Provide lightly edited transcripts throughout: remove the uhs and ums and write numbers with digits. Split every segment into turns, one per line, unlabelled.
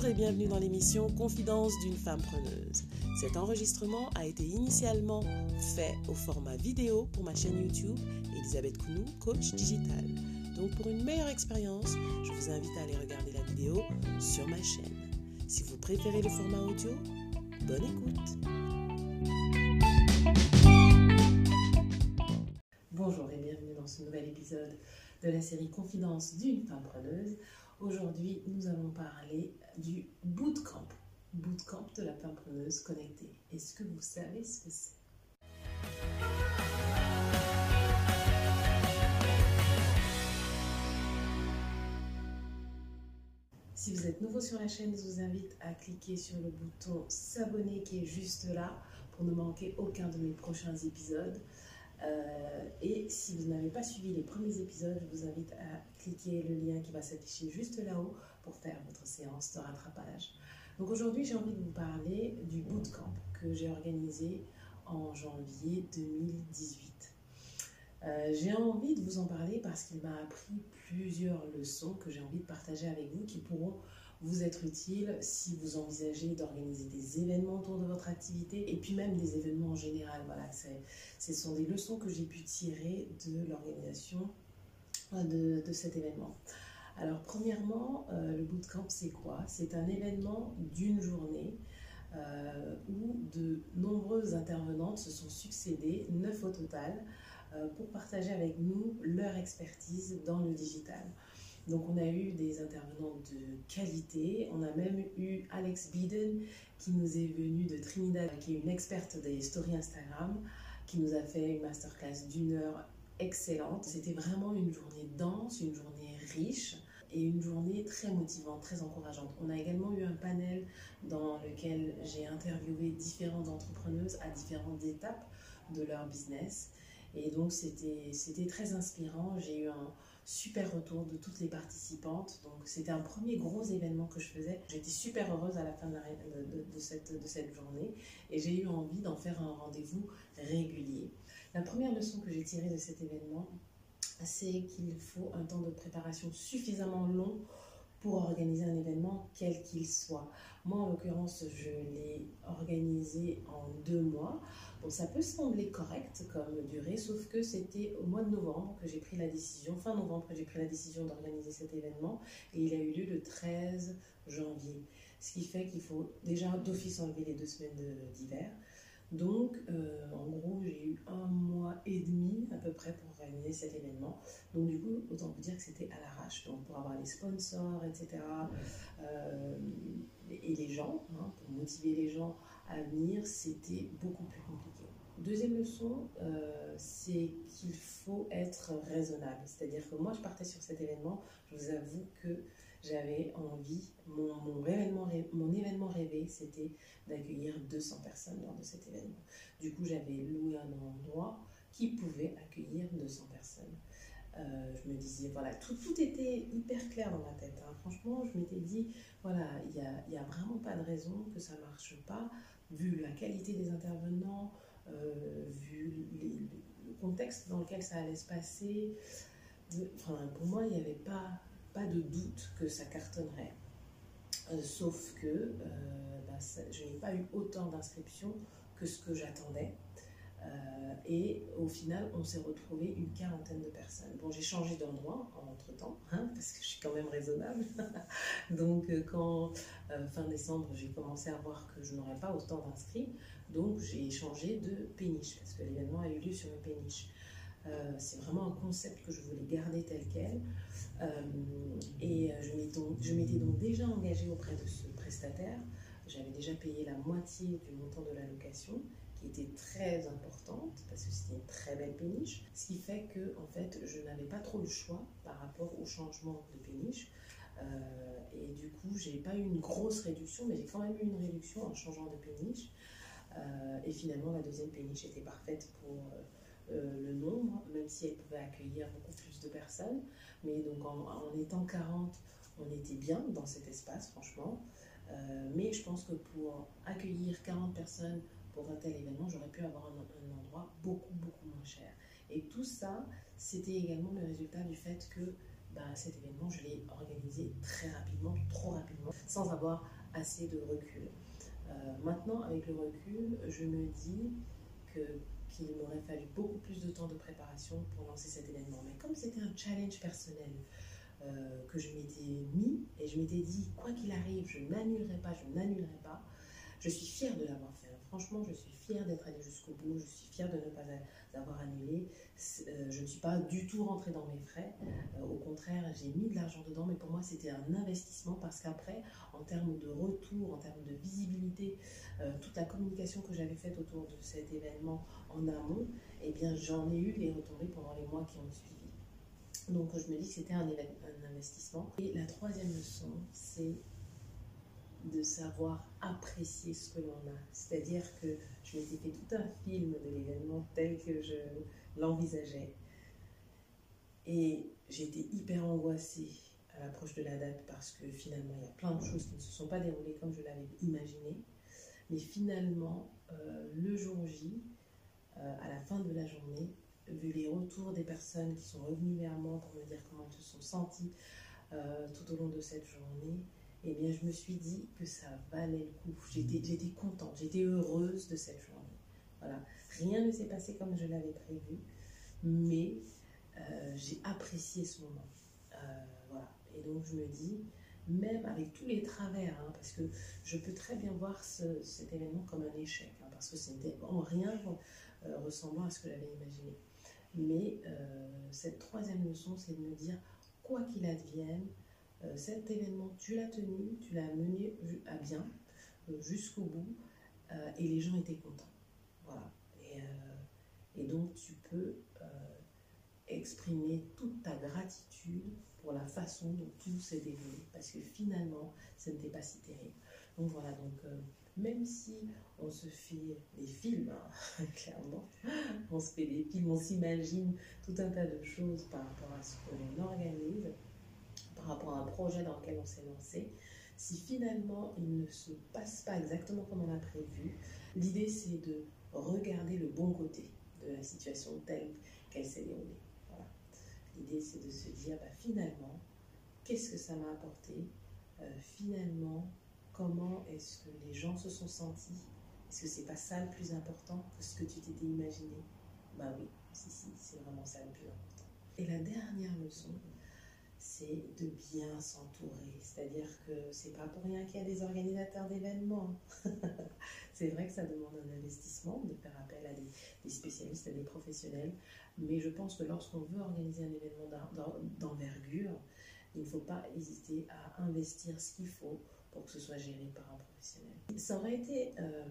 et bienvenue dans l'émission Confidence d'une femme preneuse. Cet enregistrement a été initialement fait au format vidéo pour ma chaîne YouTube Elisabeth Kounou, coach digital. Donc pour une meilleure expérience, je vous invite à aller regarder la vidéo sur ma chaîne. Si vous préférez le format audio, bonne écoute. Bonjour et bienvenue dans ce nouvel épisode de la série Confidence d'une femme preneuse. Aujourd'hui, nous allons parler du bootcamp de la femme preneuse connectée. Est-ce que vous savez ce que c'est? Si vous êtes nouveau sur la chaîne, je vous invite à cliquer sur le bouton s'abonner qui est juste là pour ne manquer aucun de mes prochains épisodes. Et si vous n'avez pas suivi les premiers épisodes, je vous invite à cliquer le lien qui va s'afficher juste là-haut pour faire votre séance de rattrapage. Donc aujourd'hui, j'ai envie de vous parler du bootcamp que j'ai organisé en janvier 2018. J'ai envie de vous en parler parce qu'il m'a appris plusieurs leçons que j'ai envie de partager avec vous qui pourront vous être utiles si vous envisagez d'organiser des événements autour de votre activité et puis même des événements en général. Voilà, ce sont des leçons que j'ai pu tirer de l'organisation de cet événement. Alors premièrement, le bootcamp c'est quoi? C'est un événement d'une journée où de nombreuses intervenantes se sont succédées, 9 au total, pour partager avec nous leur expertise dans le digital. Donc on a eu des intervenants de qualité, on a même eu Alex Biden qui nous est venue de Trinidad, qui est une experte des stories Instagram, qui nous a fait une masterclass d'1 heure excellente. C'était vraiment une journée dense, une journée riche et une journée très motivante, très encourageante. On a également eu un panel dans lequel j'ai interviewé différentes entrepreneuses à différentes étapes de leur business. Et donc c'était très inspirant, j'ai eu un super retour de toutes les participantes. Donc c'était un premier gros événement que je faisais. J'étais super heureuse à la fin de cette journée et j'ai eu envie d'en faire un rendez-vous régulier. La première leçon que j'ai tirée de cet événement, c'est qu'il faut un temps de préparation suffisamment long pour organiser un événement quel qu'il soit. Moi, en l'occurrence, je l'ai organisé en 2 mois. Donc ça peut sembler correct comme durée, sauf que c'était au mois de novembre que j'ai pris la décision, fin novembre que j'ai pris la décision d'organiser cet événement et il a eu lieu le 13 janvier. Ce qui fait qu'il faut déjà d'office enlever les 2 semaines d'hiver. Donc, en gros, j'ai eu 1 mois et demi à peu près pour organiser cet événement. Donc, du coup, autant vous dire que c'était à l'arrache. Donc, pour avoir les sponsors, etc. Et les gens, pour motiver les gens à venir, c'était beaucoup plus compliqué. Deuxième leçon, c'est qu'il faut être raisonnable. C'est-à-dire que moi, je partais sur cet événement, je vous avoue que j'avais envie, mon événement rêvé, c'était d'accueillir 200 personnes lors de cet événement. Du coup, j'avais loué un endroit qui pouvait accueillir 200 personnes. Je me disais, voilà, tout était hyper clair dans ma tête. Franchement, je m'étais dit, voilà, il n'y a vraiment pas de raison que ça ne marche pas, vu la qualité des intervenants, vu le contexte dans lequel ça allait se passer. Pour moi, il n'y avait pas de doute que ça cartonnerait. Sauf que je n'ai pas eu autant d'inscriptions que ce que j'attendais. Et au final, on s'est retrouvé une 40aine de personnes. Bon, j'ai changé d'endroit entre-temps, parce que je suis quand même raisonnable. Donc, quand fin décembre, j'ai commencé à voir que je n'aurais pas autant d'inscrits, donc j'ai changé de péniche, parce que l'événement a eu lieu sur une péniche. C'est vraiment un concept que je voulais garder tel quel. Et je m'étais donc déjà engagée auprès de ce prestataire. J'avais déjà payé la moitié du montant de la location, qui était très importante parce que c'était une très belle péniche. Ce qui fait que en fait, je n'avais pas trop le choix par rapport au changement de péniche. Et du coup, j'ai pas eu une grosse réduction, mais j'ai quand même eu une réduction en changeant de péniche. Et finalement, la deuxième péniche était parfaite pour le nombre, même si elle pouvait accueillir beaucoup plus de personnes. Mais donc en étant 40, on était bien dans cet espace, franchement. Mais je pense que pour accueillir 40 personnes pour un tel événement, j'aurais pu avoir un endroit beaucoup moins cher. Et tout ça, c'était également le résultat du fait que cet événement, je l'ai organisé très rapidement, trop rapidement, sans avoir assez de recul. Maintenant, avec le recul, je me dis qu'il m'aurait fallu beaucoup plus de temps de préparation pour lancer cet événement. Mais comme c'était un challenge personnel que je m'étais mis, et je m'étais dit, quoi qu'il arrive, je n'annulerai pas, je suis fière de l'avoir fait. Franchement, je suis fière d'être allée jusqu'au bout, je suis fière de ne pas avoir annulé. Je ne suis pas du tout rentrée dans mes frais. Au contraire, j'ai mis de l'argent dedans, mais pour moi, c'était un investissement parce qu'après, en termes de retour, en termes de visibilité, toute la communication que j'avais faite autour de cet événement en amont, eh bien, j'en ai eu les retombées pendant les mois qui ont suivi. Donc, je me dis que c'était un investissement. Et la troisième leçon, c'est de savoir apprécier ce que l'on a. C'est-à-dire que je m'étais fait tout un film de l'événement tel que je l'envisageais. Et j'étais hyper angoissée à l'approche de la date parce que finalement, il y a plein de choses qui ne se sont pas déroulées comme je l'avais imaginé. Mais finalement, le jour J, à la fin de la journée, vu les retours des personnes qui sont revenues vers moi pour me dire comment elles se sont senties tout au long de cette journée, eh bien, je me suis dit que ça valait le coup. J'étais contente, j'étais heureuse de cette journée. Voilà. Rien ne s'est passé comme je l'avais prévu, mais j'ai apprécié ce moment. Voilà. Et donc, je me dis, même avec tous les travers, parce que je peux très bien voir cet événement comme un échec, parce que ce n'était en rien ressemblant à ce que j'avais imaginé. Mais cette troisième leçon, c'est de me dire, quoi qu'il advienne, cet événement, tu l'as tenu, tu l'as mené à bien, jusqu'au bout, et les gens étaient contents. Voilà. Et donc, tu peux exprimer toute ta gratitude pour la façon dont tout s'est déroulé, parce que finalement, ce n'était pas si terrible. Donc voilà, même si on se fait des films, clairement, on se fait des films, on s'imagine tout un tas de choses par rapport à ce que l'on organise, par rapport à un projet dans lequel on s'est lancé, si finalement il ne se passe pas exactement comme on a prévu, l'idée c'est de regarder le bon côté de la situation telle qu'elle s'est déroulée. Voilà. L'idée c'est de se dire finalement, qu'est-ce que ça m'a apporté, finalement, comment est-ce que les gens se sont sentis, est-ce que c'est pas ça le plus important que ce que tu t'étais imaginé? Oui, si, c'est vraiment ça le plus important. Et la dernière leçon, c'est de bien s'entourer. C'est-à-dire que c'est pas pour rien qu'il y a des organisateurs d'événements. C'est vrai que ça demande un investissement de faire appel à des spécialistes, à des professionnels. Mais je pense que lorsqu'on veut organiser un événement d'envergure, il ne faut pas hésiter à investir ce qu'il faut pour que ce soit géré par un professionnel. Ça aurait été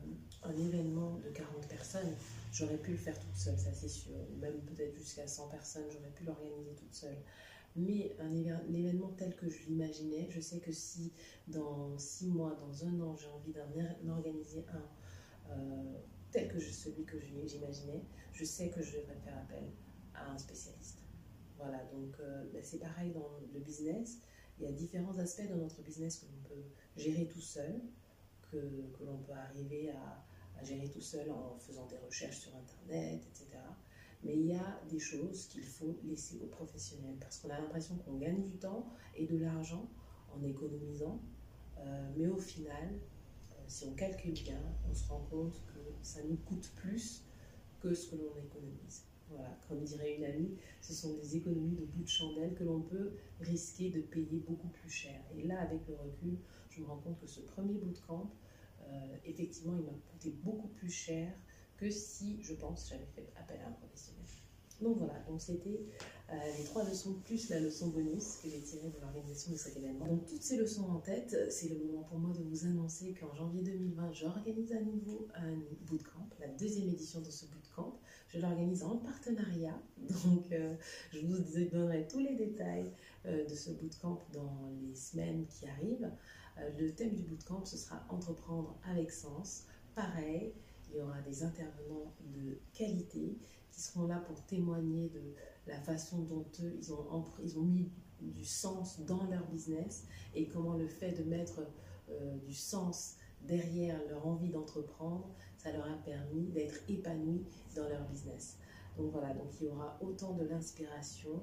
un événement de 40 personnes, j'aurais pu le faire toute seule, ça c'est sûr. Même peut-être jusqu'à 100 personnes, j'aurais pu l'organiser toute seule. Mais l'événement tel que je l'imaginais, je sais que si dans 6 mois, dans 1 an, j'ai envie d'en organiser un tel que celui que j'imaginais, je sais que je devrais faire appel à un spécialiste. Voilà, donc c'est pareil dans le business. Il y a différents aspects de notre business que l'on peut gérer tout seul, que l'on peut arriver à gérer tout seul en faisant des recherches sur Internet, etc. Mais il y a des choses qu'il faut laisser aux professionnels parce qu'on a l'impression qu'on gagne du temps et de l'argent en économisant. Mais au final, si on calcule bien, on se rend compte que ça nous coûte plus que ce que l'on économise. Voilà, comme dirait une amie, ce sont des économies de bout de chandelle que l'on peut risquer de payer beaucoup plus cher. Et là, avec le recul, je me rends compte que ce premier bootcamp, effectivement, il m'a coûté beaucoup plus cher que si, je pense, j'avais fait appel à un professionnel. Donc voilà, donc c'était les 3 leçons plus la leçon bonus que j'ai tirée de l'organisation de cet événement. Donc toutes ces leçons en tête, c'est le moment pour moi de vous annoncer qu'en janvier 2020, j'organise à nouveau un bootcamp, la 2e édition de ce bootcamp. Je l'organise en partenariat, donc je vous donnerai tous les détails de ce bootcamp dans les semaines qui arrivent. Le thème du bootcamp, ce sera entreprendre avec sens. Pareil, il y aura des intervenants de qualité qui seront là pour témoigner de la façon dont ils ont mis du sens dans leur business et comment le fait de mettre du sens derrière leur envie d'entreprendre, ça leur a permis d'être épanouis dans leur business. Donc voilà, donc il y aura autant de l'inspiration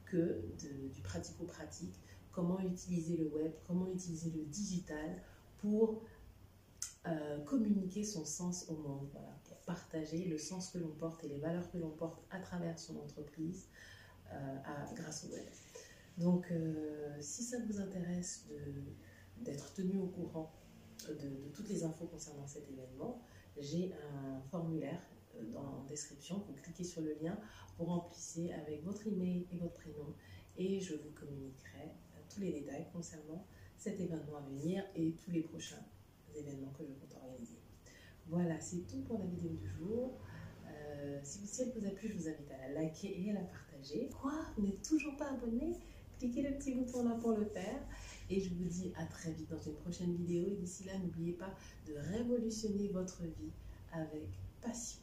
que du pratico-pratique, comment utiliser le web, comment utiliser le digital pour communiquer son sens au monde, voilà, pour partager le sens que l'on porte et les valeurs que l'on porte à travers son entreprise grâce au web. Donc, si ça vous intéresse d'être tenu au courant de toutes les infos concernant cet événement, j'ai un formulaire dans la description. Vous cliquez sur le lien, vous remplissez avec votre email et votre prénom et je vous communiquerai tous les détails concernant cet événement à venir et tous les prochains événements que je compte organiser. Voilà, c'est tout pour la vidéo du jour. Si elle vous a plu, je vous invite à la liker et à la partager. Quoi? Vous n'êtes toujours pas abonné? Cliquez le petit bouton là pour le faire. Et je vous dis à très vite dans une prochaine vidéo. Et d'ici là, n'oubliez pas de révolutionner votre vie avec passion.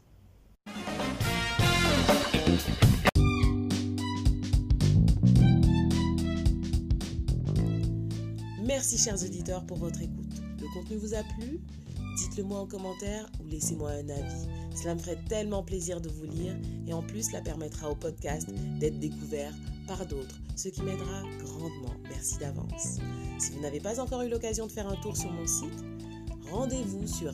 Merci chers auditeurs pour votre écoute. Le contenu vous a plu? Dites-le moi en commentaire ou laissez-moi un avis. Cela me ferait tellement plaisir de vous lire et en plus, cela permettra au podcast d'être découvert par d'autres, ce qui m'aidera grandement. Merci d'avance. Si vous n'avez pas encore eu l'occasion de faire un tour sur mon site, rendez-vous sur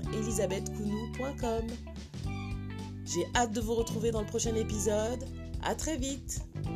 elisabethkounou.com. J'ai hâte de vous retrouver dans le prochain épisode. À très vite!